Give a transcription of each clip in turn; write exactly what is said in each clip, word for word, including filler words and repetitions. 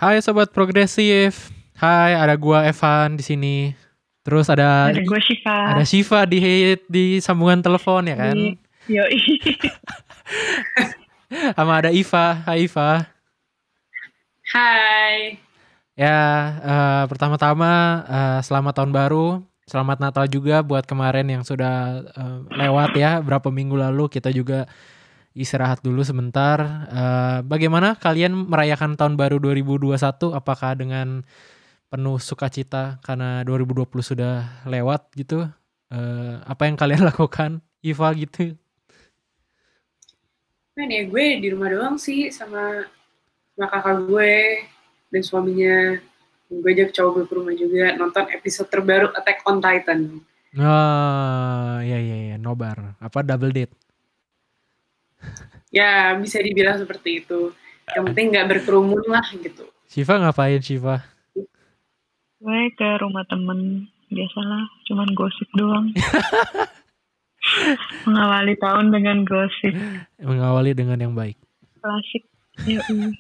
Hai sobat progresif. Hai, ada gua Evan di sini. Terus ada Ada gue Syifa. ada Syifa di di sambungan telepon ya kan? Di yoi. Sama ada Iva. Hai Iva. Hai. Ya, uh, pertama-tama uh, selamat tahun baru. Selamat Natal juga buat kemarin yang sudah uh, lewat ya. Berapa minggu lalu kita juga istirahat dulu sebentar. Uh, bagaimana kalian merayakan tahun baru dua ribu dua puluh satu? Apakah dengan penuh sukacita karena dua ribu dua puluh sudah lewat gitu? Uh, apa yang kalian lakukan, Iva gitu? Kan ya gue di rumah doang sih sama sama kakak gue dan suaminya. Gue ajak cowok gue ke rumah juga nonton episode terbaru Attack on Titan. Oh, ya ya ya, nobar. Apa double date? Ya, bisa dibilang seperti itu. Yang penting nggak berkerumun lah gitu. Syifa ngapain Syifa? Gue ke rumah temen, biasalah, cuman gosip doang. Mengawali tahun dengan gosip. Mengawali dengan yang baik. Klasik. Yoi.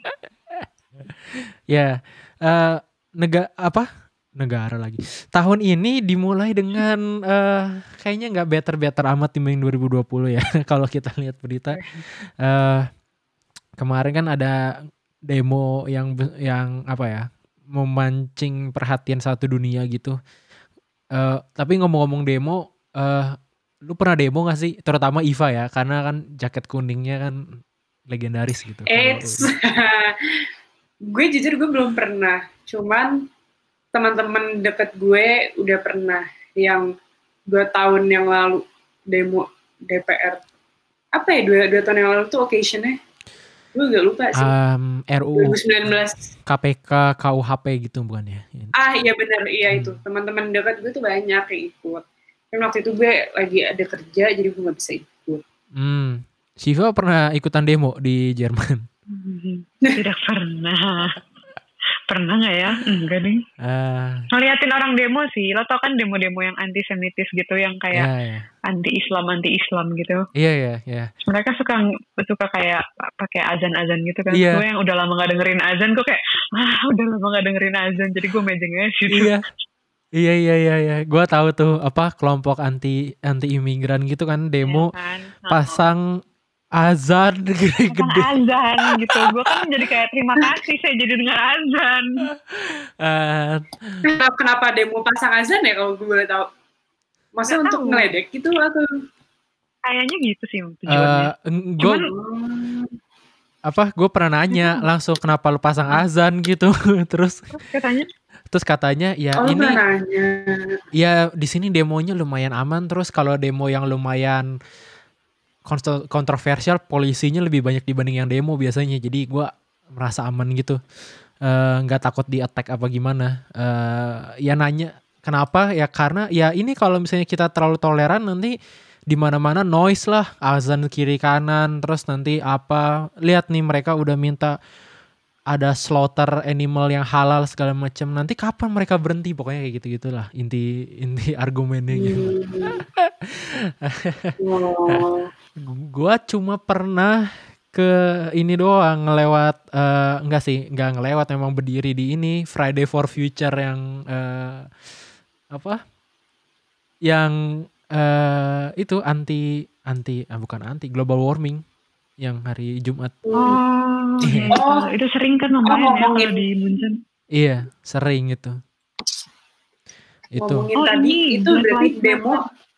Ya, uh, negara apa? Negara lagi. Tahun ini dimulai dengan uh, kayaknya nggak better-better amat dibanding dua ribu dua puluh ya. Kalau kita lihat berita, uh, kemarin kan ada demo yang yang apa ya, memancing perhatian satu dunia gitu. Uh, tapi ngomong-ngomong demo, uh, lu pernah demo gak sih? Terutama Iva ya, karena kan jaket kuningnya kan legendaris gitu. Eits, gue jujur gue belum pernah. Cuman teman-teman deket gue udah pernah yang dua tahun yang lalu demo D P R. Apa ya dua, dua tahun yang lalu tuh occasion-nya? Gue gak lupa sih. Um, R U dua ribu sembilan belas K P K K U H P gitu bukan ya? Ah iya benar, iya hmm. itu. Teman-teman dekat gue tuh banyak yang ikut. Dan waktu itu gue lagi ada kerja jadi gue gak bisa ikut. Hmm. Syifa pernah ikutan demo di Jerman? Tidak pernah. Pernah gak ya? Enggak deh. Uh, Ngeliatin orang demo sih. Lo tau kan demo-demo yang antisemitis gitu, yang kayak yeah, yeah. anti-Islam, anti-Islam gitu. Iya, yeah, iya, yeah, iya. Yeah. Mereka suka suka kayak pakai azan-azan gitu kan. Yeah. Gue yang udah lama gak dengerin azan, gue kayak, ah udah lama gak dengerin azan, jadi gue mejengnya gitu. Iya. Iya iya iya iya, gue tahu tuh apa kelompok anti anti imigran gitu kan demo ya kan? Pasang azan gede-gede. Azan gitu, gue kan jadi kayak terima kasih saya jadi dengar azan. Uh, kenapa, kenapa demo pasang azan ya kalau gue boleh tahu? Maksudnya untuk tahu. Ngeledek gitu atau? Kayaknya gitu sih tujuannya. Uh, gue apa? Gue pernah nanya hmm. langsung kenapa lu pasang azan gitu, terus katanya. Terus katanya ya oh, ini nanya. Ya di sini demonya lumayan aman, terus kalau demo yang lumayan kontroversial polisinya lebih banyak dibanding yang demo biasanya, jadi gue merasa aman gitu, nggak uh, takut di attack apa gimana. Uh, ya nanya kenapa ya karena ya ini kalau misalnya kita terlalu toleran nanti di mana-mana noise lah, azan kiri kanan, terus nanti apa lihat nih mereka udah minta ada slaughter animal yang halal segala macam. Nanti kapan mereka berhenti? Pokoknya kayak gitu-gitulah inti inti argumennya gitu. Hmm. Gua cuma pernah ke ini doang ngelewat uh, enggak sih, enggak ngelewat, memang berdiri di ini Friday for Future yang uh, apa? Yang uh, itu anti anti ah, bukan anti global warming yang hari Jumat. Oh, yeah. oh itu sering kan ngomongin oh, ya kalau di Munchen. Iya, sering itu. Itu. Ngomongin oh, tadi ini, itu berarti demo.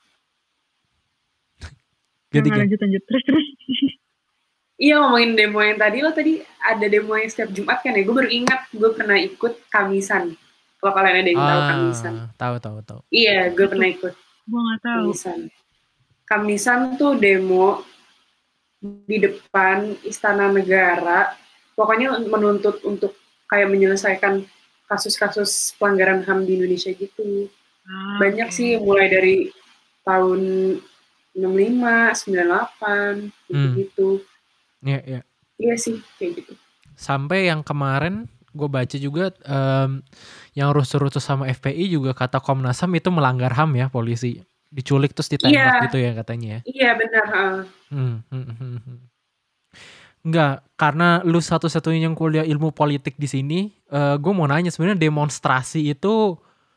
Jadi lanjut lanjut terus terus. Iya ngomongin demo yang tadi, lo tadi ada demo yang setiap Jumat kan ya? Gue baru ingat gue pernah ikut Kamisan. Kalau kalian ada yang ah, tahu Kamisan. Tahu tahu tahu. Iya, gue pernah ikut. Gue nggak tahu. Kamisan. Kamisan tuh demo di depan Istana Negara, pokoknya menuntut untuk kayak menyelesaikan kasus-kasus pelanggaran H A M di Indonesia gitu. Ah, banyak okay. sih mulai dari tahun enam puluh lima, sembilan puluh delapan gitu-gitu. Iya, iya. Iya sih kayak gitu. Sampai yang kemarin gue baca juga um, yang rusuh-rusuh sama F P I juga kata Komnas H A M itu melanggar H A M ya, polisi. Diculik terus ditembak yeah. gitu ya katanya ya. Iya benar. Hmm, hmm, hmm, hmm. Enggak, karena lu satu-satunya yang kuliah ilmu politik di sini, uh, gue mau nanya sebenarnya demonstrasi itu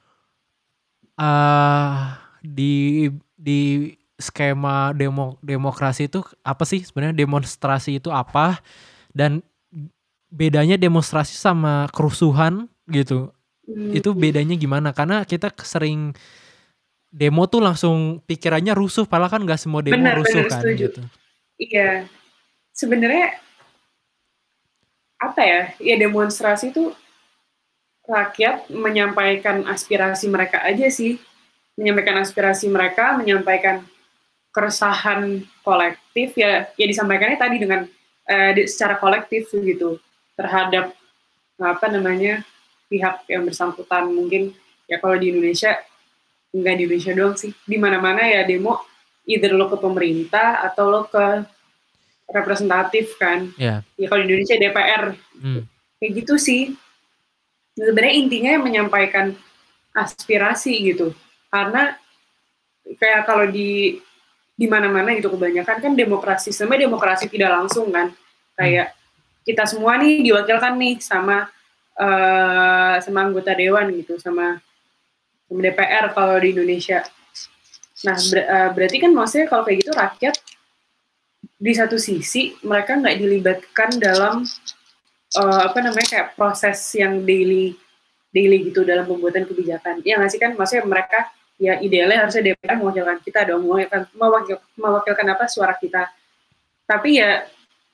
uh, di di skema demo demokrasi itu apa sih sebenarnya? Demonstrasi itu apa dan bedanya demonstrasi sama kerusuhan gitu? Hmm. Itu bedanya gimana? Karena kita sering demo tuh langsung pikirannya rusuh, padahal kan nggak semua demo benar, rusuh benar, kan setuju. Gitu. Iya, sebenarnya apa ya? Ya demonstrasi itu rakyat menyampaikan aspirasi mereka aja sih, menyampaikan aspirasi mereka, menyampaikan keresahan kolektif ya, ya disampaikannya tadi dengan eh, secara kolektif gitu terhadap apa namanya pihak yang bersangkutan. Mungkin ya kalau di Indonesia nggak di Indonesia doang sih, di mana-mana ya demo either lo ke pemerintah atau lo ke representatif kan. Yeah. Ya kalau di Indonesia D P R hmm. kayak gitu sih. Sebenarnya intinya menyampaikan aspirasi gitu. Karena kayak kalau di di mana-mana gitu kebanyakan kan demokrasi, sebenarnya demokrasi tidak langsung kan. Kayak hmm. kita semua nih diwakilkan nih sama uh, sama anggota dewan gitu, sama, sama D P R kalau di Indonesia. Nah ber, uh, berarti kan maksudnya kalau kayak gitu rakyat di satu sisi mereka nggak dilibatkan dalam uh, apa namanya kayak proses yang daily daily gitu dalam pembuatan kebijakan. Ya nggak sih kan, maksudnya mereka ya idealnya harusnya D P R mewakilkan kita dong, mewakilkan, mewakil, mewakilkan apa suara kita. Tapi ya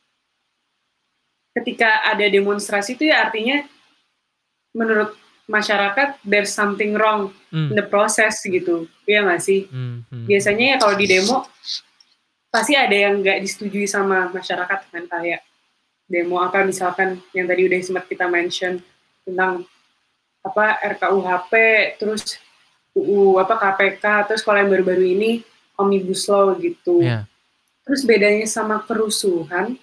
ketika ada demonstrasi itu ya artinya menurut masyarakat there's something wrong mm. in the process gitu, ya nggak sih? Mm, mm, Biasanya ya kalau di demo pasti ada yang nggak disetujui sama masyarakat kan, kayak demo apa misalkan yang tadi udah sempat kita mention tentang apa R K U H P, terus U U apa K P K, terus kalau yang baru-baru ini Omnibus Law gitu. Yeah. Terus bedanya sama kerusuhan,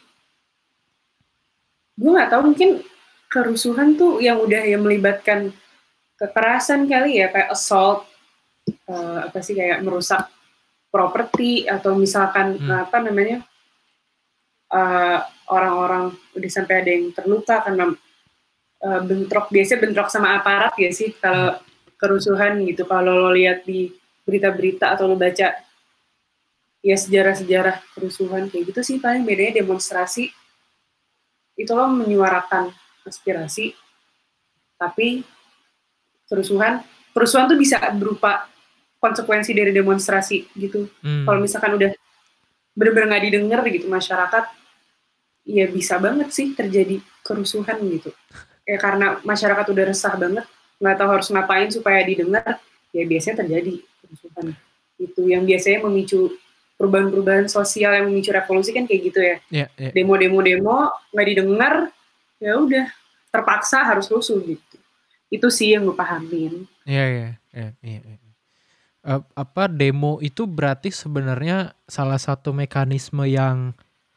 gue nggak tahu, mungkin kerusuhan tuh yang udah yang melibatkan kekerasan kali ya, kayak assault, uh, apa sih kayak merusak properti atau misalkan hmm. apa namanya uh, orang-orang udah sampai ada yang terluka karena uh, bentrok, biasanya bentrok sama aparat ya sih kalau hmm. kerusuhan gitu. Kalau lo lihat di berita-berita atau lo baca ya sejarah-sejarah kerusuhan kayak gitu sih, paling bedanya demonstrasi itu lo menyuarakan aspirasi, tapi kerusuhan kerusuhan tuh bisa berupa konsekuensi dari demonstrasi gitu. Hmm. Kalau misalkan udah benar-benar nggak didengar gitu masyarakat, ya bisa banget sih terjadi kerusuhan gitu. Ya karena masyarakat udah resah banget, nggak tahu harus ngapain supaya didengar, ya biasanya terjadi kerusuhan. Itu yang biasanya memicu perubahan-perubahan sosial, yang memicu revolusi kan kayak gitu ya. Yeah, yeah. Demo-demo-demo nggak didengar, ya udah terpaksa harus rusuh gitu. Itu sih yang gue pahamin. Iya iya iya iya. Uh, apa demo itu berarti sebenarnya salah satu mekanisme yang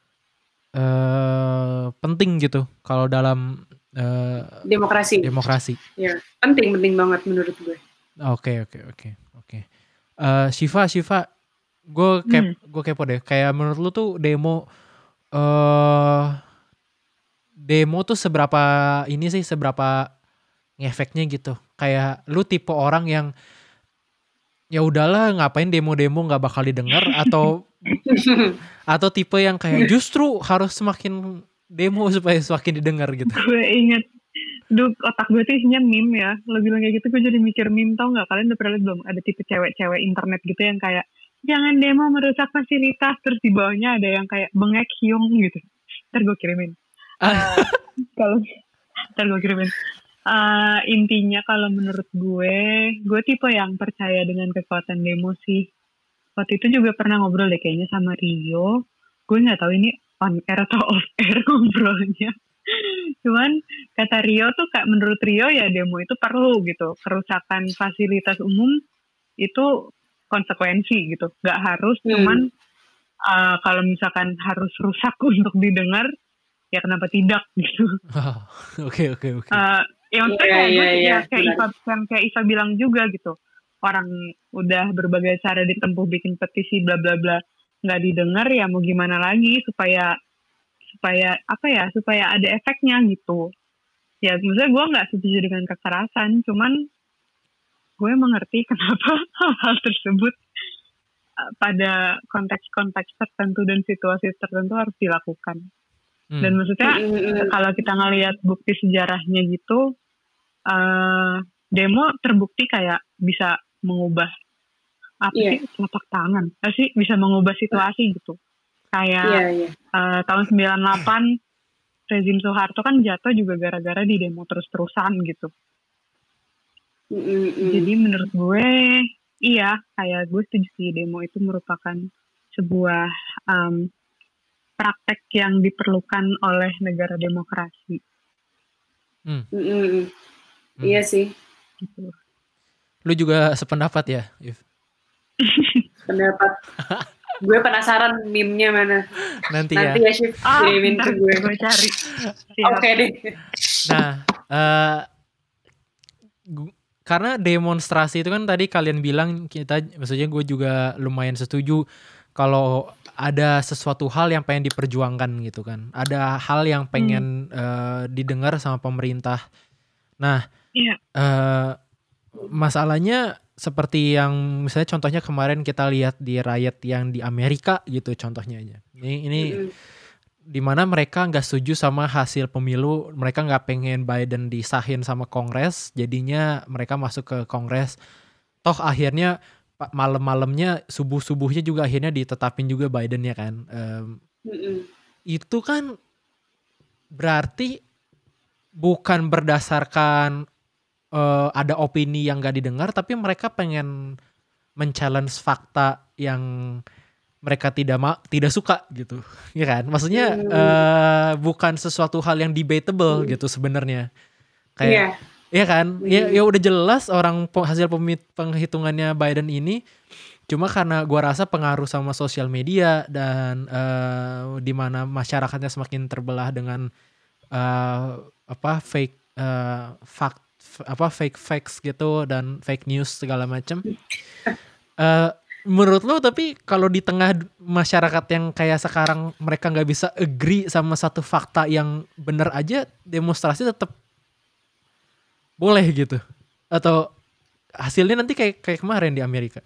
uh, penting gitu kalau dalam uh, demokrasi. Demokrasi. Ya, penting penting banget menurut gue. Oke oke oke oke. Syifa Syifa, gue kep hmm. gue kepo deh. Kayak menurut lu tuh demo uh, demo tuh seberapa ini sih, seberapa ngefeknya gitu. Kayak lu tipe orang yang ya udahlah ngapain demo-demo nggak bakal didengar, atau atau tipe yang kayak justru harus semakin demo supaya semakin didengar gitu. Gue inget, duh otak gue tuh isinya meme ya. Lo bilang kayak gitu gue jadi mikir meme, tau nggak? Kalian udah pernah lihat belum? Ada tipe cewek-cewek internet gitu yang kayak jangan demo merusak fasilitas, terus di bawahnya ada yang kayak bengek hiung gitu. Ntar gue kirimin. Uh, kalau ntar gue kirimin. Uh, intinya kalau menurut gue, gue tipe yang percaya dengan kekuatan demo sih. Waktu itu juga pernah ngobrol deh kayaknya sama Rio. Gue nggak tahu ini on air atau off air ngobrolnya. Cuman kata Rio tuh kayak menurut Rio ya demo itu perlu gitu. Kerusakan fasilitas umum itu konsekuensi gitu. Nggak harus, hmm. cuman uh, kalau misalkan harus rusak untuk didengar, ya kenapa tidak gitu. Oke oke oke. Yang yeah, kayak gue yeah, yeah, kayak Iva, yang kayak Iva bilang juga gitu, orang udah berbagai cara ditempuh bikin petisi bla bla bla nggak didengar, ya mau gimana lagi supaya supaya apa ya supaya ada efeknya gitu. Ya maksudnya gue nggak setuju dengan kekerasan, cuman gue mengerti kenapa hal tersebut pada konteks-konteks tertentu dan situasi tertentu harus dilakukan. Hmm. Dan maksudnya mm-hmm. kalau kita ngelihat bukti sejarahnya gitu, uh, demo terbukti kayak bisa mengubah apa yeah. sih telapak tangan, apa sih bisa mengubah situasi gitu. Kayak yeah, yeah. Uh, tahun sembilan puluh delapan rezim Soeharto kan jatuh juga gara-gara di demo terus-terusan gitu. Mm-hmm. Jadi menurut gue iya, kayak gue setuju sih demo itu merupakan sebuah um, praktek yang diperlukan oleh negara demokrasi. Hmm. Mm-hmm. Hmm. Iya sih. Gitu. Lu juga sependapat ya, If? Pendapat. Gue penasaran meme-nya mana. Nanti, Nanti ya. ya, Chef. Ah, kirimin ke gue. Gue cari. Oke okay, deh. Nah, uh, gu- karena demonstrasi itu kan tadi kalian bilang kita, maksudnya gue juga lumayan setuju kalau ada sesuatu hal yang pengen diperjuangkan gitu kan. Ada hal yang pengen hmm. uh, didengar sama pemerintah. Nah, yeah. uh, masalahnya seperti yang misalnya contohnya kemarin kita lihat di riot yang di Amerika gitu contohnya aja. Ini ini mm-hmm. dimana mereka nggak setuju sama hasil pemilu, mereka nggak pengen Biden disahin sama Kongres, jadinya mereka masuk ke Kongres. Toh akhirnya malam-malamnya subuh-subuhnya juga akhirnya ditetapin juga Biden ya kan. Um, mm-hmm. Itu kan berarti bukan berdasarkan uh, ada opini yang nggak didengar, tapi mereka pengen men-challenge fakta yang mereka tidak ma- tidak suka gitu, ya kan? Maksudnya hmm. uh, bukan sesuatu hal yang debatable hmm. gitu sebenarnya. Kayak, yeah. ya kan? Hmm. Ya, ya udah jelas orang hasil penghitungannya Biden ini, cuma karena gua rasa pengaruh sama sosial media dan uh, di mana masyarakatnya semakin terbelah dengan uh, apa fake uh, fact apa fake facts gitu dan fake news segala macam. Uh, Menurut lo tapi kalau di tengah masyarakat yang kayak sekarang mereka nggak bisa agree sama satu fakta yang benar aja, demonstrasi tetap boleh gitu? Atau hasilnya nanti kayak kayak kemarin di Amerika?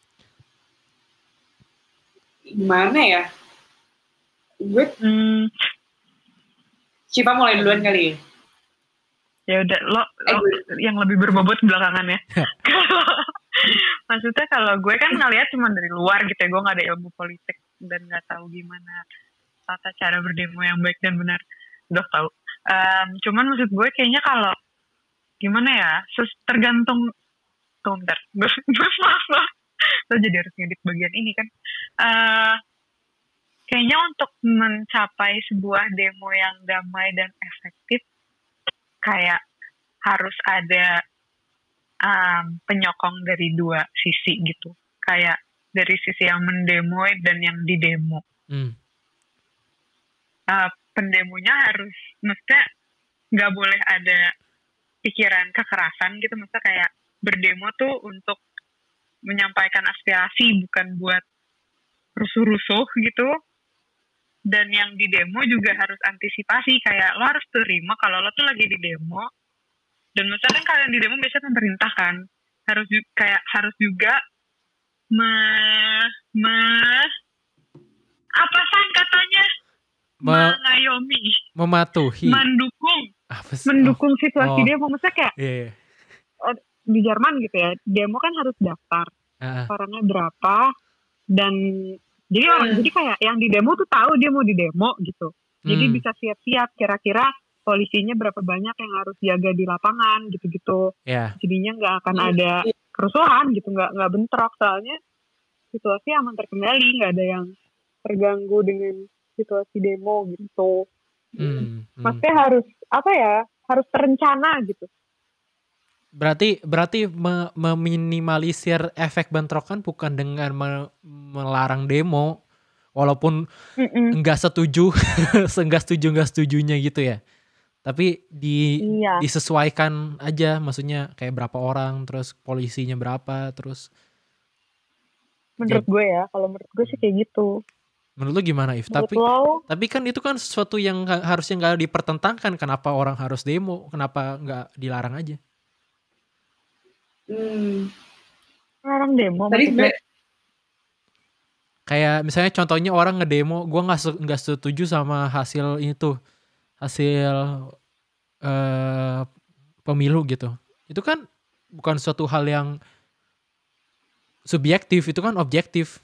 Gimana ya? Gue hmm. Cipa mulai duluan kali ya? Ya udah lo, lo yang lebih berbobot belakangan ya. Maksudnya kalau gue kan ngeliat cuma dari luar gitu ya, gue nggak ada ilmu politik dan nggak tahu gimana tata cara berdemo yang baik dan benar. Udah tahu. Um, cuman maksud gue kayaknya kalau gimana ya, tergantung tuh bentar. Gue maaf maaf. Lo jadi harus ngedit bagian ini kan. Uh, kayaknya untuk mencapai sebuah demo yang damai dan efektif, kayak harus ada um, penyokong dari dua sisi gitu. Kayak dari sisi yang mendemo dan yang didemo. Hmm. Uh, pendemonya harus, maksudnya nggak boleh ada pikiran kekerasan gitu. Maksudnya kayak berdemo tuh untuk menyampaikan aspirasi, bukan buat rusuh-rusuh gitu. Dan yang di demo juga harus antisipasi, kayak lo harus terima kalau lo tuh lagi di demo. Dan misalkan kalian di demo biasanya pemerintah kan harus ju- kayak harus juga me, me apa sih katanya me, mengayomi, mematuhi, mendukung, mendukung oh. situasi oh. demo. Maksudnya kayak yeah. oh, di Jerman gitu ya, demo kan harus daftar uh. orangnya berapa dan Jadi orang, hmm. jadi kayak yang di demo tuh tahu dia mau di demo gitu. Jadi hmm. bisa siap-siap kira-kira polisinya berapa banyak yang harus jaga di lapangan gitu-gitu. Yeah. Jadinya nggak akan ada kerusuhan gitu, nggak nggak bentrok, soalnya situasi aman terkendali, nggak ada yang terganggu dengan situasi demo gitu. Hmm. Maksudnya hmm. harus apa ya? Harus terencana gitu. Berarti berarti me, meminimalisir efek bentrokan bukan dengan me, melarang demo, walaupun enggak setuju, enggak setuju enggak setujunya gitu ya. Tapi di iya. disesuaikan aja, maksudnya kayak berapa orang, terus polisinya berapa, terus. Menurut jadi, gue ya, kalau menurut gue sih kayak gitu. Menurut lu gimana, If? Tapi lo? tapi kan itu kan sesuatu yang harusnya nggak dipertentangkan. Kenapa orang harus demo? Kenapa nggak dilarang aja? Hmm. Larang demo. Tadi kayak misalnya contohnya orang ngedemo, gue nggak nggak setuju sama hasil itu, hasil uh, pemilu gitu. Itu kan bukan suatu hal yang subjektif, itu kan objektif.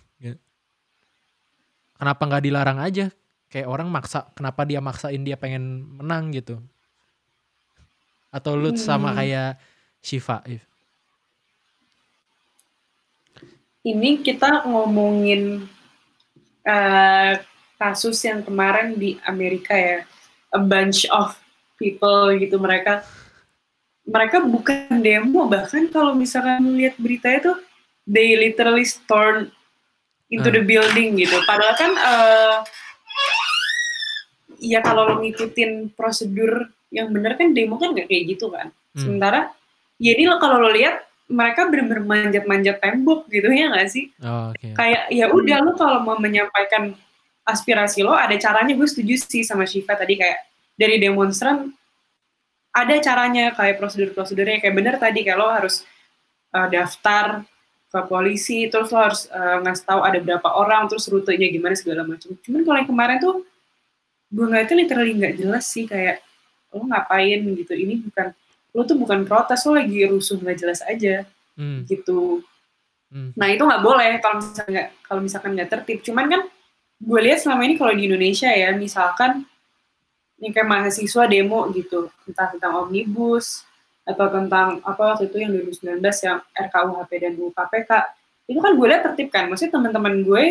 Kenapa nggak dilarang aja? Kayak orang maksa, kenapa dia maksain dia pengen menang gitu? Atau lu sama kayak Shiva? Ini kita ngomongin uh, kasus yang kemarin di Amerika ya, a bunch of people gitu, mereka mereka bukan demo, bahkan kalau misalkan lihat berita itu, they literally storm into hmm. the building gitu. Padahal kan uh, ya kalau lo ngikutin prosedur yang benar kan demo kan nggak kayak gitu kan. Hmm. Sementara ya ini lo kalau lo lihat mereka benar-benar manjat-manjat tembok gitu ya nggak sih? Oh, okay. Kayak ya udah lo kalau mau menyampaikan aspirasi lo ada caranya. Gue setuju sih sama Shiva tadi, kayak dari demonstran ada caranya, kayak prosedur-prosedurnya kayak benar tadi, kayak lo harus uh, daftar ke polisi, terus lo harus uh, ngasih tahu ada berapa orang, terus rutenya gimana segala macam. Cuman kalau yang kemarin tuh gue ngeliatnya literally nggak jelas sih, kayak lo ngapain gitu, ini bukan, lo tuh bukan protes, lo lagi rusuh nggak jelas aja hmm. gitu. Hmm. Nah itu nggak boleh kalau misalkan nggak kalau misalkan nggak tertib. Cuman kan gue lihat selama ini kalau di Indonesia ya, misalkan ini kayak mahasiswa demo gitu, entah tentang omnibus atau tentang apa waktu itu yang dua ribu sembilan belas yang R K U H P dan U U K P K, itu kan gue lihat tertib kan, maksudnya teman-teman gue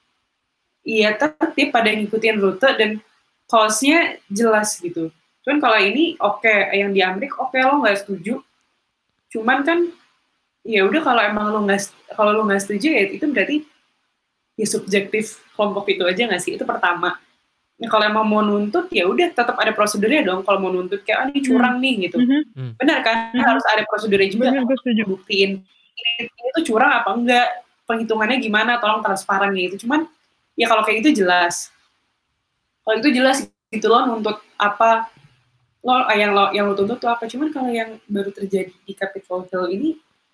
iya tertib pada ngikutin rute dan cause-nya jelas gitu. Cuman kalau ini oke, okay, yang di Amerika oke okay, lo nggak setuju, cuman kan ya udah kalau emang lo nggak kalau lo nggak setuju ya itu berarti ya subjektif kelompok itu aja nggak sih, itu pertama. Nah, kalau emang mau nuntut ya udah tetap ada prosedurnya dong. Kalau mau nuntut kayak ah, ini curang hmm. nih gitu, hmm. benar kan? Hmm. Harus ada prosedurnya juga. Benar, untuk buktiin ini, ini tuh curang apa enggak, perhitungannya gimana, tolong transparan gitu. Cuman ya kalau kayak gitu jelas, kalau itu jelas gitu lo nuntut apa, lo yang lo yang lo tuntut tuh apa. Cuman kalau yang baru terjadi di Capitol Hill ini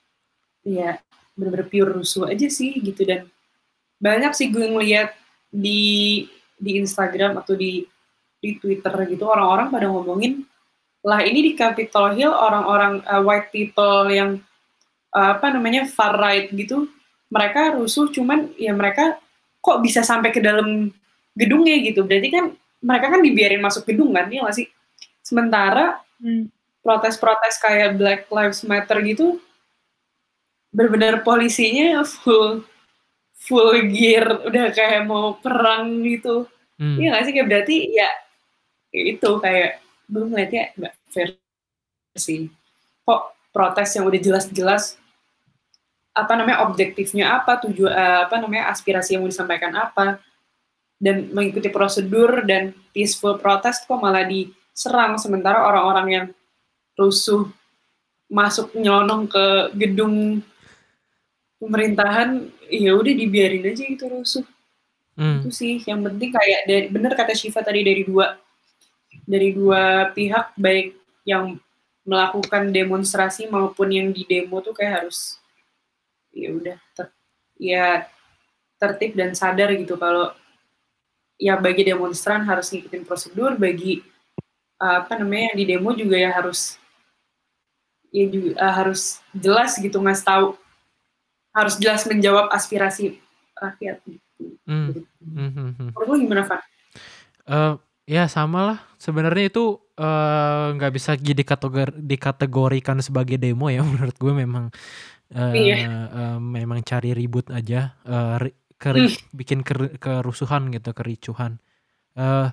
ya benar-benar pure rusuh aja sih gitu. Dan banyak sih gue ngeliat di di Instagram atau di di Twitter gitu, orang-orang pada ngomongin lah ini di Capitol Hill orang-orang uh, white people yang uh, apa namanya far right gitu, mereka rusuh, cuman ya mereka kok bisa sampai ke dalam gedungnya gitu, berarti kan mereka kan dibiarin masuk gedung kan, ya nggak sih? Sementara hmm. protes-protes kayak Black Lives Matter gitu benar-benar polisinya full full gear, udah kayak mau perang gitu. Iya hmm. nggak sih, kayak berarti ya itu kayak gue ngeliatnya nggak fair sih. Kok protes yang udah jelas-jelas apa namanya objektifnya apa, tujuan uh, apa namanya aspirasi yang mau disampaikan apa, dan mengikuti prosedur dan peaceful protest kok malah diserang, sementara orang-orang yang rusuh masuk nyelonong ke gedung pemerintahan ya udah dibiarin aja gitu rusuh. Hmm. Itu sih yang penting, kayak dari, bener kata Shiva tadi, dari dua dari dua pihak, baik yang melakukan demonstrasi maupun yang di demo tuh kayak harus ya udah ter, ya tertib dan sadar gitu kalau ya bagi demonstran harus ngikutin prosedur, bagi uh, apa namanya yang di demo juga ya harus ya juga uh, harus jelas gitu, ngasih tahu, harus jelas menjawab aspirasi rakyat gitu. Hmm. Hmm. Menurut lu gimana, Van? Uh, ya sama lah. Sebenarnya itu nggak uh, bisa dikategor- dikategorikan sebagai demo ya. Menurut gue memang uh, iya. uh, memang cari ribut aja, uh, keri- hmm. bikin ker- kerusuhan gitu, kericuhan. Uh,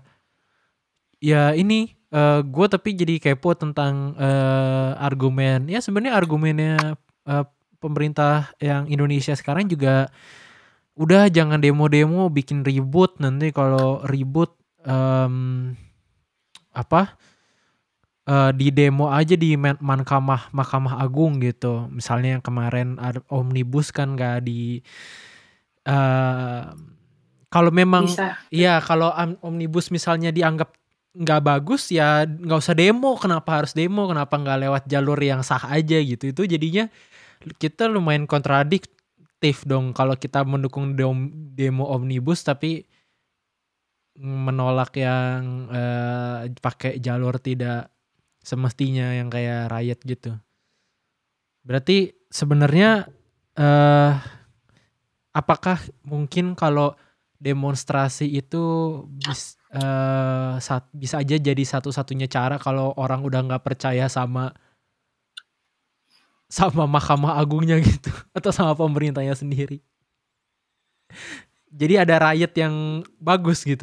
ya ini uh, gue tapi jadi kepo tentang uh, argumen. Ya sebenarnya argumennya uh, pemerintah yang Indonesia sekarang juga udah jangan demo-demo bikin ribut, nanti kalau ribut um, apa uh, di demo aja di Mahkamah Mahkamah Agung gitu. Misalnya yang kemarin ada omnibus kan nggak di uh, Kalau memang iya kalau omnibus misalnya dianggap nggak bagus ya nggak usah demo. Kenapa harus demo? Kenapa nggak lewat jalur yang sah aja gitu? Itu jadinya kita lumayan kontradiktif dong kalau kita mendukung demo omnibus tapi menolak yang uh, pakai jalur tidak semestinya yang kayak riot gitu. Berarti sebenarnya uh, apakah mungkin kalau demonstrasi itu bis, uh, sat, bisa aja jadi satu-satunya cara kalau orang udah nggak percaya sama sama Mahkamah Agungnya gitu atau sama pemerintahnya sendiri. Jadi ada riot yang bagus gitu.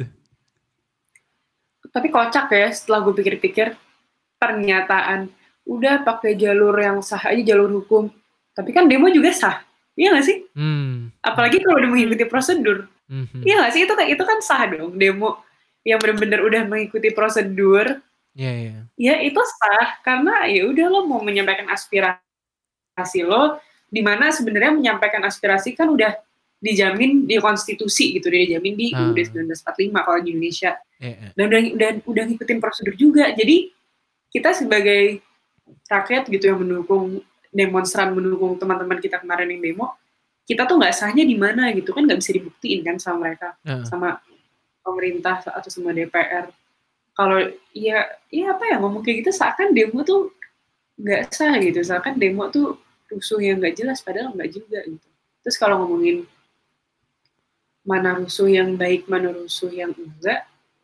Tapi kocak ya setelah gue pikir-pikir pernyataan udah pakai jalur yang sah aja, jalur hukum. Tapi kan demo juga sah. Iya gak sih? Hmm. Apalagi kalau udah mengikuti prosedur. Mm-hmm. Iya gak sih? Itu, itu kan sah dong. Demo yang benar-benar udah mengikuti prosedur. Iya, yeah, iya. Yeah. Ya itu sah. Karena ya udah lo mau menyampaikan aspirasi lo. Dimana sebenarnya menyampaikan aspirasi kan udah dijamin di konstitusi gitu. Dijamin di U U D seribu sembilan ratus empat puluh lima kalau di Indonesia. Yeah, yeah. Dan udah, udah, udah ngikutin prosedur juga. Jadi kita sebagai rakyat gitu yang mendukung demonstran, mendukung teman-teman kita kemarin yang demo, kita tuh nggak sahnya di mana gitu kan, nggak bisa dibuktiin kan sama mereka, uh. sama pemerintah atau sama D P R. Kalau ya, ya apa ya ngomong kayak gitu, seakan demo tuh nggak sah gitu, seakan demo tuh rusuh yang nggak jelas, padahal nggak juga gitu. Terus kalau ngomongin mana rusuh yang baik, mana rusuh yang enggak,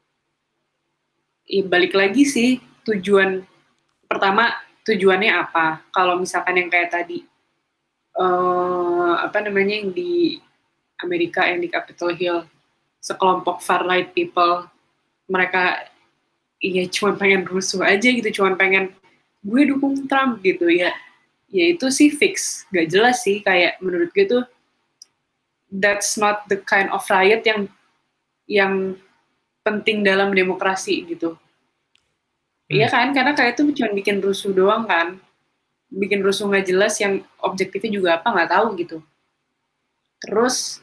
ya balik lagi sih tujuan pertama. Tujuannya apa? Kalau misalkan yang kayak tadi, uh, apa namanya yang di Amerika yang di Capitol Hill, sekelompok far right people, mereka ya cuma pengen rusuh aja gitu, cuma pengen gue dukung Trump gitu ya, ya itu sih fix, gak jelas sih, kayak menurut gue tuh that's not the kind of riot yang yang penting dalam demokrasi gitu. Iya hmm. kan, karena kayak itu cuma bikin rusuh doang kan, bikin rusuh nggak jelas yang objektifnya juga apa nggak tahu gitu. Terus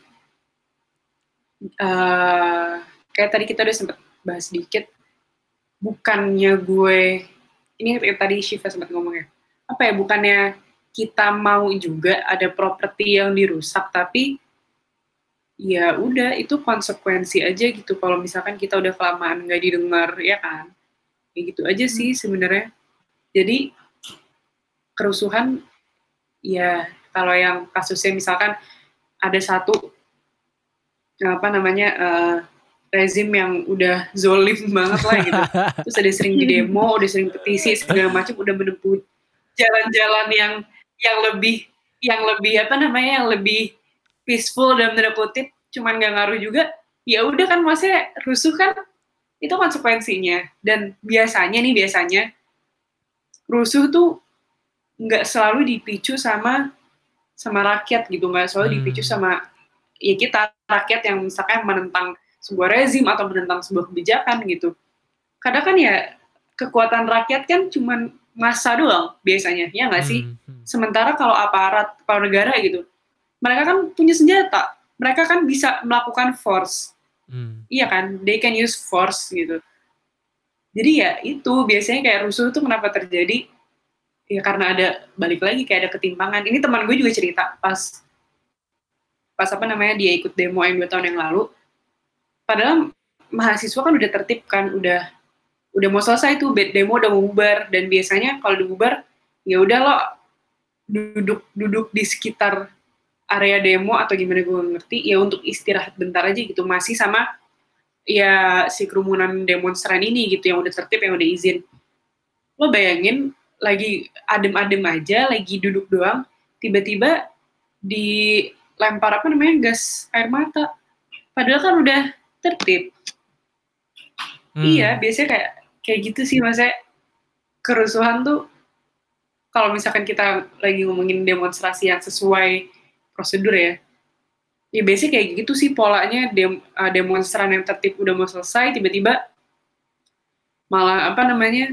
uh, kayak tadi kita udah sempet bahas sedikit, bukannya gue ini tadi Shiva sempat ngomongnya apa ya, bukannya kita mau juga ada properti yang dirusak, tapi ya udah itu konsekuensi aja gitu kalau misalkan kita udah kelamaan nggak didengar ya kan. Kayak gitu aja sih sebenarnya. Jadi kerusuhan ya kalau yang kasusnya misalkan ada satu apa namanya uh, rezim yang udah zolim banget lah gitu, terus ada sering di demo, udah sering petisi segala macam, udah menempuh jalan-jalan yang yang lebih yang lebih apa namanya yang lebih peaceful dalam tanda kutip, cuman nggak ngaruh juga, ya udah kan maksudnya rusuh kan itu konsekuensinya. Dan biasanya nih, biasanya rusuh tuh nggak selalu dipicu sama sama rakyat gitu, nggak selalu hmm. dipicu sama ya kita rakyat yang misalkan menentang sebuah rezim atau menentang sebuah kebijakan gitu. Kadang kan ya kekuatan rakyat kan cuman massa doang biasanya, ya nggak sih? Hmm. Sementara kalau aparat, kalau negara gitu, mereka kan punya senjata, mereka kan bisa melakukan force. Hmm. Iya kan, they can use force gitu. Jadi ya itu biasanya kayak rusuh tuh kenapa terjadi? Ya karena ada, balik lagi kayak ada ketimpangan. Ini teman gue juga cerita pas pas apa namanya dia ikut demo yang dua tahun yang lalu. Padahal mahasiswa kan udah tertib kan, udah udah mau selesai tuh demo, udah mau bubar, dan biasanya kalau udah bubar ya udah lo duduk duduk di sekitar area demo atau gimana gue ngerti ya untuk istirahat bentar aja gitu, masih sama ya si kerumunan demonstran ini gitu yang udah tertib, yang udah izin. Lo bayangin lagi adem-adem aja, lagi duduk doang, tiba-tiba dilempar apa namanya gas air mata, padahal kan udah tertib. Hmm. Iya, biasanya kayak kayak gitu sih, maksudnya kerusuhan tuh kalau misalkan kita lagi ngomongin demonstrasi yang sesuai prosedur ya, ya biasanya kayak gitu sih polanya. Dem, uh, demonstran yang tertib udah mau selesai, tiba-tiba malah apa namanya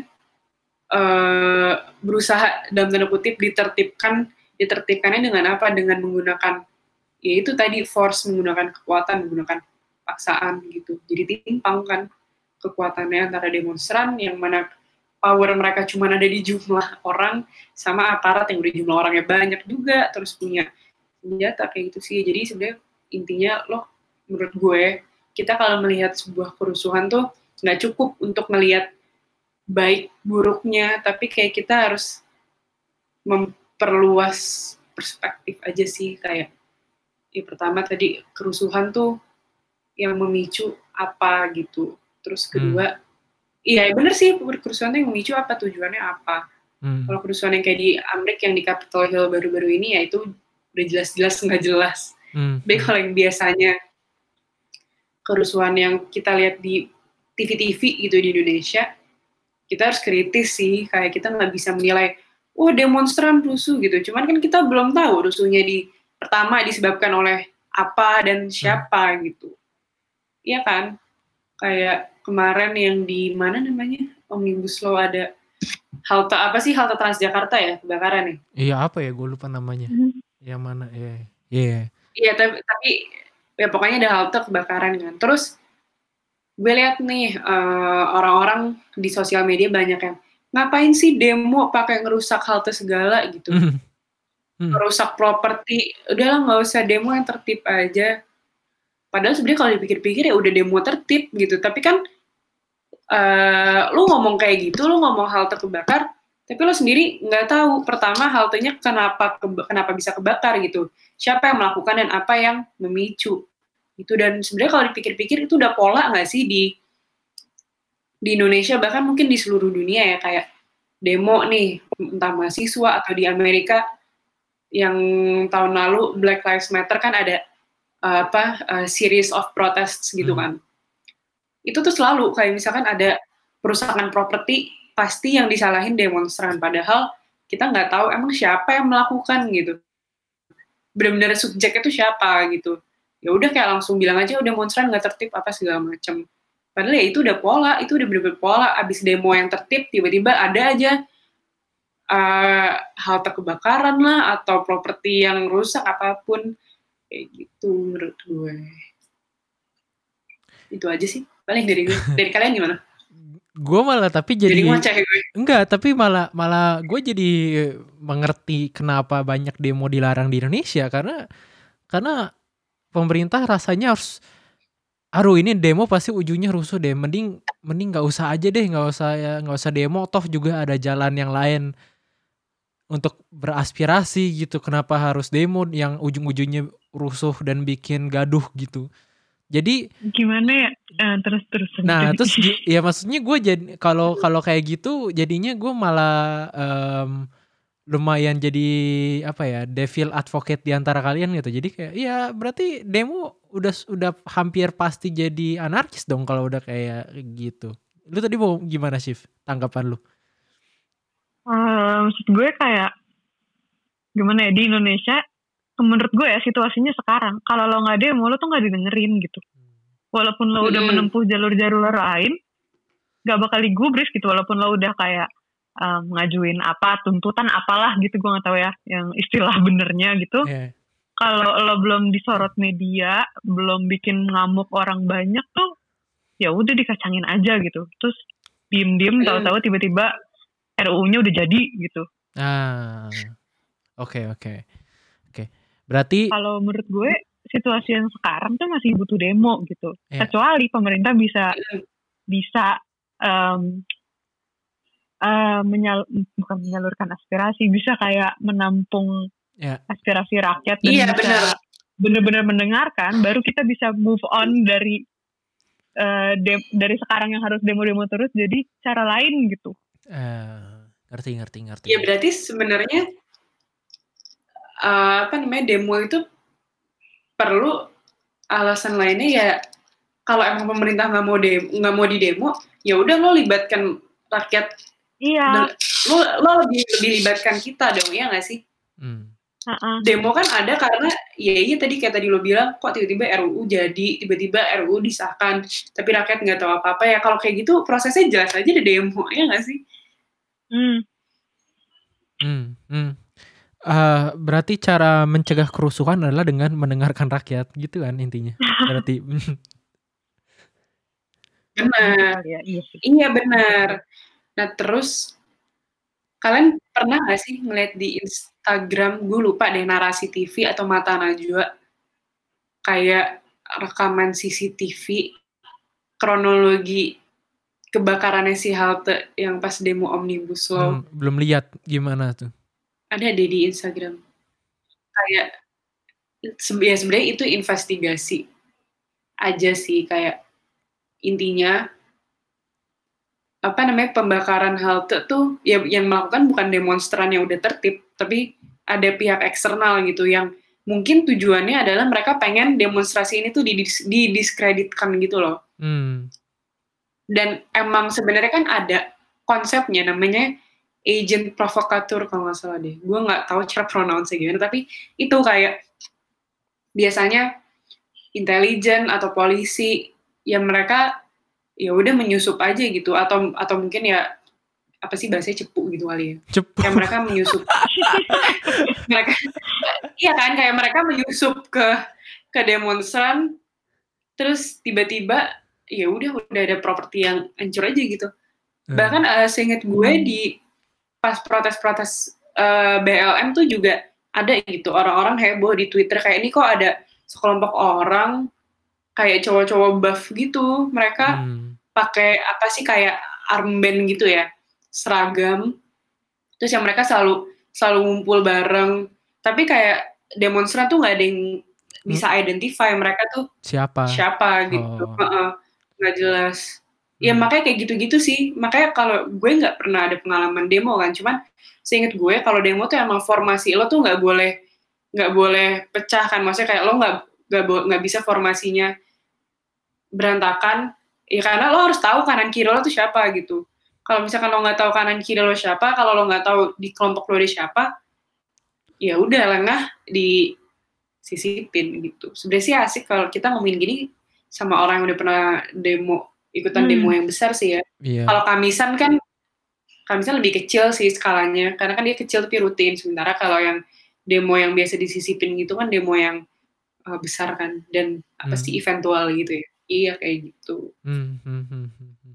uh, berusaha dalam tanda kutip ditertibkan, ditertibkannya dengan apa? Dengan menggunakan ya itu tadi force, menggunakan kekuatan, menggunakan paksaan gitu. Jadi timpang kan kekuatannya antara demonstran yang mana power mereka cuma ada di jumlah orang sama aparat yang udah jumlah orangnya banyak juga terus punya senjata kayak gitu sih. Jadi sebenarnya intinya loh menurut gue kita kalau melihat sebuah kerusuhan tuh nggak cukup untuk melihat baik buruknya, tapi kayak kita harus memperluas perspektif aja sih. Kayak ya pertama tadi kerusuhan tuh yang memicu apa gitu, terus kedua hmm. iya bener sih kerusuhan tuh yang memicu apa, tujuannya apa. hmm. Kalau kerusuhan yang kayak di Amerika yang di Capitol Hill baru-baru ini ya itu udah jelas-jelas nggak jelas. hmm. Tapi kalau yang biasanya kerusuhan yang kita lihat di T V-T V gitu di Indonesia, kita harus kritis sih, kayak kita nggak bisa menilai, oh demonstran rusuh gitu. Cuman kan kita belum tahu rusuhnya di pertama disebabkan oleh apa dan siapa hmm. gitu. Iya kan? Kayak kemarin yang di mana namanya Omnibus Law ada halte apa sih halte Transjakarta ya kebakaran nih? Iya apa ya gue lupa namanya. Hmm. Yang mana ya? Iya. Iya tapi, tapi ya pokoknya ada halte kebakaran kan. Terus gue lihat nih uh, orang-orang di sosial media banyak yang ngapain sih demo pakai ngerusak halte segala gitu, mm. Mm. ngerusak properti, udahlah nggak usah demo yang tertib aja. Padahal sebenarnya kalau dipikir-pikir ya udah demo tertib gitu, tapi kan uh, lu ngomong kayak gitu, lu ngomong halte kebakar, tapi lu sendiri nggak tahu pertama haltenya kenapa keba- kenapa bisa kebakar gitu, siapa yang melakukan dan apa yang memicu. Itu dan sebenarnya kalau dipikir-pikir itu udah pola nggak sih di di Indonesia bahkan mungkin di seluruh dunia ya, kayak demo nih entah mahasiswa atau di Amerika yang tahun lalu Black Lives Matter kan ada uh, apa uh, series of protests gitu hmm. kan. Itu tuh selalu kayak misalkan ada perusakan properti pasti yang disalahin demonstran, padahal kita nggak tahu emang siapa yang melakukan gitu. Benar-benar subjeknya tuh siapa gitu. Ya udah kayak langsung bilang aja udah demonstran nggak tertib apa segala macam. Padahal ya itu udah pola, itu udah bener-bener pola. Abis demo yang tertib tiba-tiba ada aja uh, halte kebakaran lah atau properti yang rusak apapun kayak gitu menurut gue. Itu aja sih paling dari gue. Dari kalian gimana? Gue malah tapi jadi, jadi ngoceh gue. Enggak, tapi malah malah gue jadi mengerti kenapa banyak demo dilarang di Indonesia karena karena pemerintah rasanya harus, aduh ini demo pasti ujungnya rusuh deh, mending mending nggak usah aja deh, nggak usah ya nggak usah demo, toh juga ada jalan yang lain untuk beraspirasi gitu, kenapa harus demo yang ujung-ujungnya rusuh dan bikin gaduh gitu. Jadi gimana ya uh, terus terus nah terus ya maksudnya gue jadi kalau kalau kayak gitu jadinya gue malah um, lumayan jadi apa ya devil advocate di antara kalian gitu. Jadi kayak ya berarti demo udah udah hampir pasti jadi anarkis dong kalau udah kayak gitu. Lu tadi mau gimana sih tanggapan lu? Uh, maksud gue kayak gimana ya di Indonesia menurut gue ya situasinya sekarang kalau lo nggak demo lo tuh nggak didengerin gitu. Walaupun lo udah menempuh jalur-jalur lain nggak bakal digubris gitu, walaupun lo udah kayak Um, ngajuin apa tuntutan apalah gitu, gue nggak tahu ya yang istilah benernya gitu. Yeah. Kalau lo belum disorot media, belum bikin ngamuk orang banyak tuh, ya udah dikacangin aja gitu. Terus diem-diem tahu-tahu tiba-tiba R U-nya udah jadi gitu. Ah, oke okay, oke okay. oke. Okay. Berarti kalau menurut gue situasi yang sekarang tuh masih butuh demo gitu. Yeah. Kecuali pemerintah bisa bisa um, Uh, menyal bukan menyalurkan aspirasi, bisa kayak menampung yeah. aspirasi rakyat dan yeah, bisa benar-benar mendengarkan, baru kita bisa move on dari uh, de- dari sekarang yang harus demo-demo terus jadi cara lain gitu. Uh, ngerti ngerti ngerti. Ya berarti sebenarnya uh, apa namanya demo itu perlu alasan lainnya ya. Kalau emang pemerintah nggak mau demo nggak mau di demo, ya udah lo libatkan rakyat. Iya. Lo lo lebih lebih libatkan kita dong, ya nggak sih? Hmm. Uh-uh. Demo kan ada karena ya iya tadi kayak tadi lo bilang kok tiba-tiba R U U jadi, tiba-tiba R U U disahkan, tapi rakyat nggak tahu apa-apa ya. Kalau kayak gitu prosesnya jelas aja ada demo, ya nggak sih? Hmm. Hmm. Hmm. Uh, berarti cara mencegah kerusuhan adalah dengan mendengarkan rakyat, gitu kan intinya. Berarti Benar. Ya, iya, iya benar. Nah terus kalian pernah nggak sih ngeliat di Instagram, gue lupa deh Narasi T V atau Mata Najwa, kayak rekaman C C T V kronologi kebakarannya si halte yang pas demo Omnibus Law. Hmm, belum lihat gimana tuh. Ada deh di Instagram. Kayak ya sebenarnya itu investigasi aja sih, kayak intinya apa namanya pembakaran halte tuh ya yang melakukan bukan demonstran yang udah tertib, tapi ada pihak eksternal gitu yang mungkin tujuannya adalah mereka pengen demonstrasi ini tuh didis, didiskreditkan gitu loh. Hmm. Dan emang sebenarnya kan ada konsepnya namanya agent provocateur kalau nggak salah deh. Gue nggak tahu cara pronounce gimana, tapi itu kayak biasanya intelijen atau polisi yang mereka ya udah menyusup aja gitu, atau atau mungkin ya apa sih bahasanya cepu gitu kali ya. Cepu. Kayak mereka menyusup. mereka iya kan kayak mereka menyusup ke ke demonstran, terus tiba-tiba ya udah udah ada properti yang hancur aja gitu. Hmm. Bahkan uh, seinget gue di pas protes-protes uh, B L M tuh juga ada gitu orang-orang heboh di Twitter kayak ini kok ada sekelompok orang kayak cowok-cowok buff gitu, mereka hmm. pakai apa sih kayak armband gitu ya, seragam, terus yang mereka selalu selalu ngumpul bareng, tapi kayak demonstran tuh nggak ada yang bisa hmm. identify mereka tuh siapa siapa gitu, nggak uh-uh, jelas. Ya hmm. makanya kayak gitu-gitu sih, makanya kalau gue nggak pernah ada pengalaman demo kan, cuman seinget gue kalau demo tuh emang formasi lo tuh nggak boleh nggak boleh pecah kan, maksudnya kayak lo nggak nggak nggak bisa formasinya berantakan, ya karena lo harus tahu kanan kiri lo tuh siapa gitu. Kalau misalkan lo nggak tahu kanan kiri lo siapa, kalau lo nggak tahu di kelompok lo ada siapa, ya udah lengah disisipin gitu. Sebenarnya sih asik kalau kita ngomongin gini sama orang yang udah pernah demo, ikutan hmm. demo yang besar sih ya. Yeah. Kalau Kamisan kan, Kamisan lebih kecil sih skalanya, karena kan dia kecil tapi rutin. Sementara kalau yang demo yang biasa disisipin gitu kan demo yang uh, besar kan, dan apa hmm. sih eventual gitu ya. Iya kayak gitu. Hmm, hmm, hmm, hmm.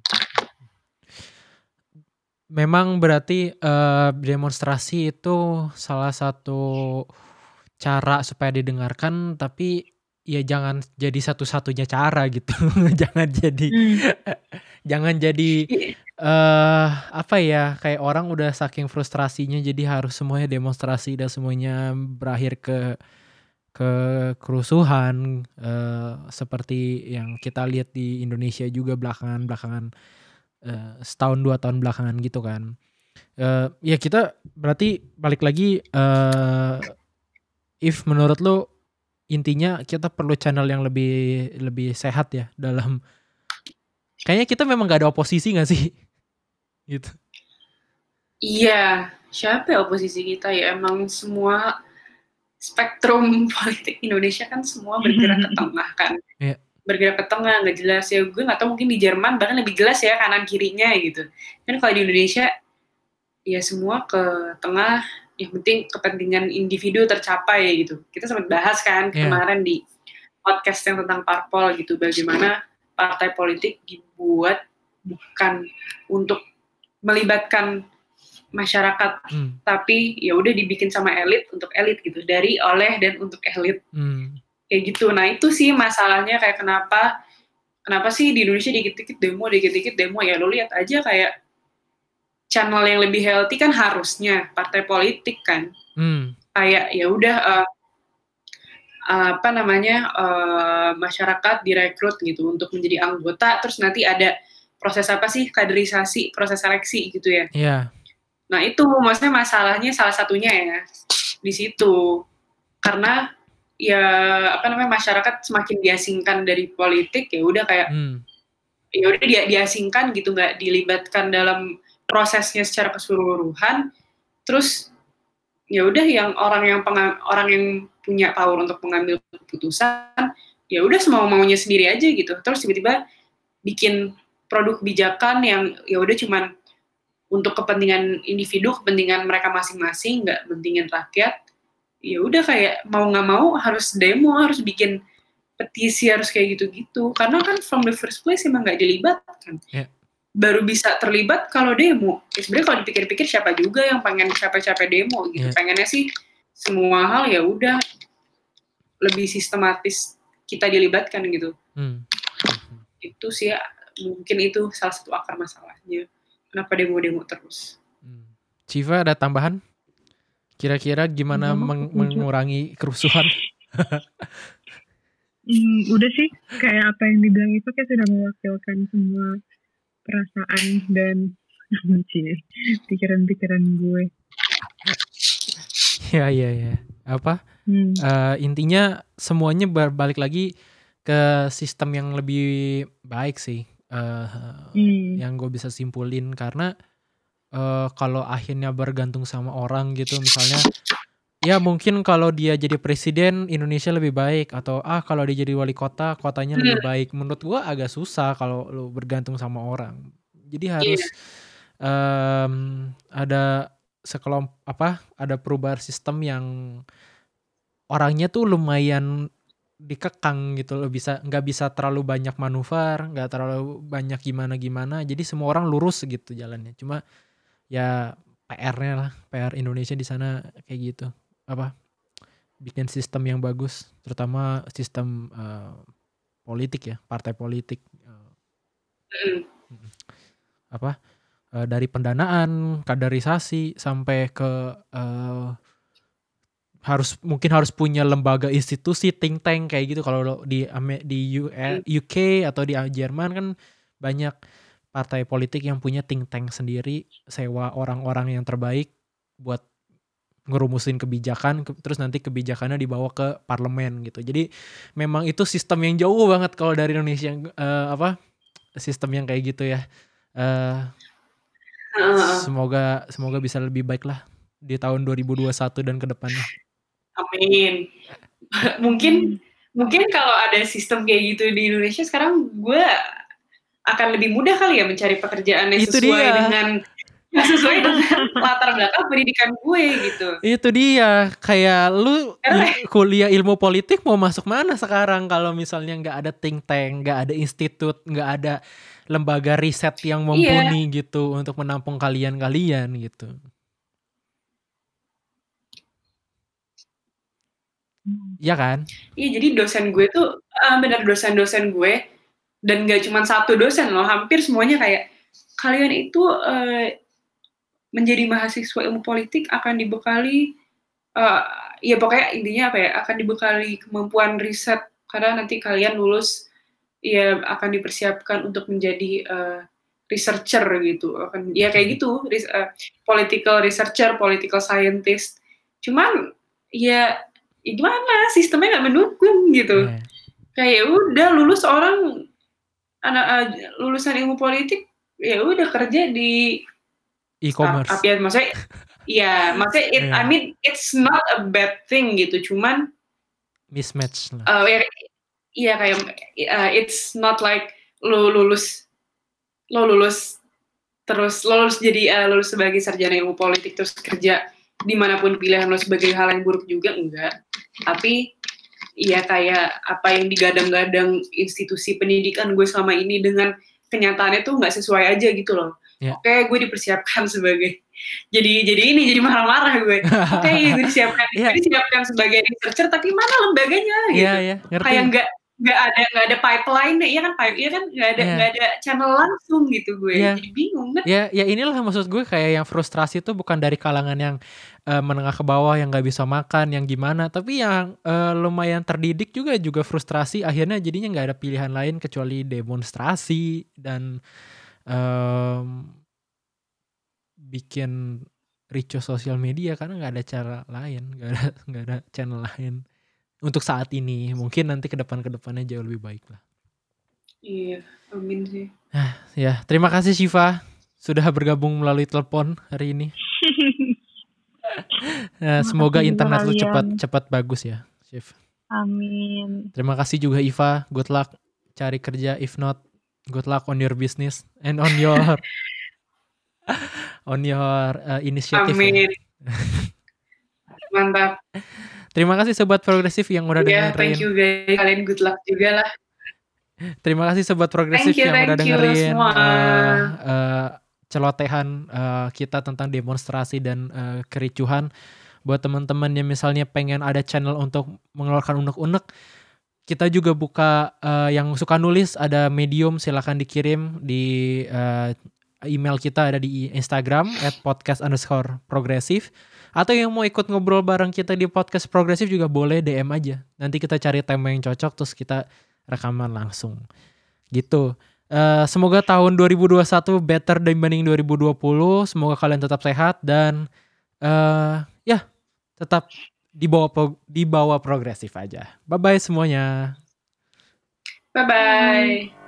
Memang berarti uh, demonstrasi itu salah satu cara supaya didengarkan, tapi ya jangan jadi satu-satunya cara gitu. jangan jadi hmm. jangan jadi uh, apa ya kayak orang udah saking frustrasinya jadi harus semuanya demonstrasi dan semuanya berakhir ke ke kerusuhan uh, seperti yang kita lihat di Indonesia juga belakangan-belakangan uh, setahun dua tahun belakangan gitu kan. Uh, ya kita berarti balik lagi uh, if menurut lo intinya kita perlu channel yang lebih lebih sehat ya dalam kayaknya kita memang gak ada oposisi gak sih? Gitu. Iya, siapa ya oposisi kita ya, emang semua spektrum politik Indonesia kan semua bergerak ke tengah kan, yeah. bergerak ke tengah nggak jelas ya. Gue nggak tahu mungkin di Jerman bahkan lebih jelas ya kanan kirinya gitu. Kan kalau di Indonesia ya semua ke tengah, yang penting kepentingan individu tercapai gitu. Kita sempat bahas kan yeah. kemarin di podcast yang tentang parpol gitu, bagaimana partai politik dibuat bukan untuk melibatkan masyarakat, hmm. tapi ya udah dibikin sama elit untuk elit gitu, dari oleh dan untuk elit, hmm. kayak gitu. Nah itu sih masalahnya, kayak kenapa kenapa sih di Indonesia dikit-dikit demo, dikit-dikit demo. Ya lo lihat aja kayak channel yang lebih healthy kan harusnya partai politik kan, hmm. kayak ya udah uh, apa namanya uh, masyarakat direkrut gitu untuk menjadi anggota, terus nanti ada proses apa sih kaderisasi, proses seleksi gitu ya. Yeah. Nah itu maksudnya masalahnya salah satunya ya di situ, karena ya apa namanya masyarakat semakin diasingkan dari politik, ya udah kayak hmm. ya udah dia diasingkan gitu, nggak dilibatkan dalam prosesnya secara keseluruhan. Terus ya udah yang orang yang pengam, orang yang punya power untuk mengambil keputusan ya udah semau maunya sendiri aja gitu. Terus tiba-tiba bikin produk kebijakan yang ya udah cuman untuk kepentingan individu, kepentingan mereka masing-masing, nggak pentingin rakyat. Ya udah kayak mau nggak mau harus demo, harus bikin petisi harus kayak gitu-gitu, karena kan from the first place emang nggak dilibatkan. Yeah. Baru bisa terlibat kalau demo. Ya, sebenarnya kalau dipikir-pikir siapa juga yang pengen capek-capek demo gitu. Yeah. Pengennya sih semua hal ya udah lebih sistematis kita dilibatkan gitu. Hmm. Itu sih ya, mungkin itu salah satu akar masalahnya. Kenapa demo-demo terus? Hmm. Civa ada tambahan? Kira-kira gimana meng- mengurangi kerusuhan? Hmm, udah sih, kayak apa yang dibilang itu kayak sudah mewakilkan semua perasaan dan pikiran-pikiran gue. Ya, ya, ya. Apa? Hmm. Uh, intinya semuanya balik lagi ke sistem yang lebih baik sih. Uh, hmm. Yang gue bisa simpulin karena uh, kalau akhirnya bergantung sama orang gitu, misalnya. Ya mungkin kalau dia jadi presiden Indonesia lebih baik, atau ah kalau dia jadi wali kota kotanya lebih baik. Menurut gua agak susah kalau lu bergantung sama orang. Jadi harus yeah. um, ada sekelompok apa ada perubahan sistem yang orangnya tuh lumayan dikekang gitu loh, bisa nggak bisa terlalu banyak manuver, nggak terlalu banyak gimana gimana. Jadi semua orang lurus gitu jalannya. Cuma ya P R-nya lah, P R Indonesia di sana kayak gitu. Apa bikin sistem yang bagus, terutama sistem uh, politik ya, partai politik uh, apa uh, dari pendanaan, kaderisasi sampai ke uh, harus mungkin harus punya lembaga institusi think tank kayak gitu. Kalau di di U K atau di Jerman kan banyak partai politik yang punya think tank sendiri, sewa orang-orang yang terbaik buat ngerumusin kebijakan, terus nanti kebijakannya dibawa ke parlemen gitu. Jadi memang itu sistem yang jauh banget kalau dari Indonesia yang uh, apa sistem yang kayak gitu ya. Uh, uh. Semoga semoga bisa lebih baik lah di tahun dua ribu dua puluh satu dan kedepannya. Amin. mungkin mungkin kalau ada sistem kayak gitu di Indonesia sekarang, gue akan lebih mudah kali ya mencari pekerjaan yang sesuai dia. dengan Gak sesuai dengan latar belakang pendidikan gue gitu. Itu dia, kayak lu il- kuliah ilmu politik mau masuk mana sekarang kalau misalnya nggak ada think tank, nggak ada institut, nggak ada lembaga riset yang mumpuni yeah. gitu untuk menampung kalian-kalian gitu. Iya kan? Iya, jadi dosen gue tuh uh, benar dosen-dosen gue, dan nggak cuma satu dosen loh, hampir semuanya kayak kalian itu uh, menjadi mahasiswa ilmu politik akan dibekali, uh, ya pokoknya intinya apa ya, akan dibekali kemampuan riset, karena nanti kalian lulus, ya akan dipersiapkan untuk menjadi uh, researcher gitu, akan ya kayak gitu, ris- uh, political researcher, political scientist. Cuman ya, ya gimana, sistemnya nggak mendukung gitu. Yeah. Kayak udah lulus orang anak uh, lulusan ilmu politik, ya udah kerja di e-commerce. Startup, ya maksudnya ya maksudnya it, yeah. I mean it's not a bad thing gitu, cuman mismatch lah. Uh, ya, iya kayak uh, it's not like lo lulus lo lulus terus lo lulus jadi uh, lulus sebagai sarjana ilmu politik terus kerja dimanapun pilihan lo sebagai hal yang buruk juga, enggak. Tapi ya kayak apa yang digadang-gadang institusi pendidikan gue selama ini dengan kenyataannya tuh nggak sesuai aja gitu loh. Yeah. Oke, okay, gue dipersiapkan sebagai jadi jadi ini jadi marah-marah gue. Oke, okay, gue disiapkan, yeah. gue disiapkan sebagai researcher, tapi mana lembaganya gitu? Yeah, yeah, kayak nggak nggak ada nggak ada pipeline, iya kan pipe, iya kan nggak ada nggak yeah. ada channel langsung gitu gue. Yeah. Jadi bingung kan? Ya, yeah, ya inilah maksud gue, kayak yang frustrasi itu bukan dari kalangan yang uh, menengah ke bawah yang nggak bisa makan, yang gimana, tapi yang uh, lumayan terdidik juga juga frustrasi. Akhirnya jadinya nggak ada pilihan lain kecuali demonstrasi dan Um, bikin ricuh sosial media karena nggak ada cara lain, nggak ada nggak ada channel lain untuk saat ini. Mungkin nanti ke depan ke depannya jauh lebih baik lah. Iya, amin sih. Nah, ya terima kasih Shiva sudah bergabung melalui telepon hari ini. Nah, semoga internet lu cepat cepat bagus ya, Shiv. Amin. Terima kasih juga Iva, good luck cari kerja, if not good luck on your business and on your on your uh, initiative. Amin. Ya. Mantap. Terima kasih Sobat Progresif yang udah yeah, dengerin. Thank you guys. Kalian good luck juga lah. Terima kasih Sobat Progresif you, yang udah dengerin uh, uh, celotehan uh, kita tentang demonstrasi dan uh, kericuhan. Buat teman-teman yang misalnya pengen ada channel untuk mengeluarkan unek-unek, kita juga buka uh, yang suka nulis, ada Medium, silakan dikirim di uh, email kita, ada di Instagram at podcast underscore progresif. Atau yang mau ikut ngobrol bareng kita di podcast progresif juga boleh D M aja. Nanti kita cari tema yang cocok terus kita rekaman langsung. Gitu. Uh, semoga tahun dua ribu dua puluh satu better dibanding dua ribu dua puluh. Semoga kalian tetap sehat dan uh, ya tetap di bawah di bawah progresif aja. Bye bye semuanya. Bye bye.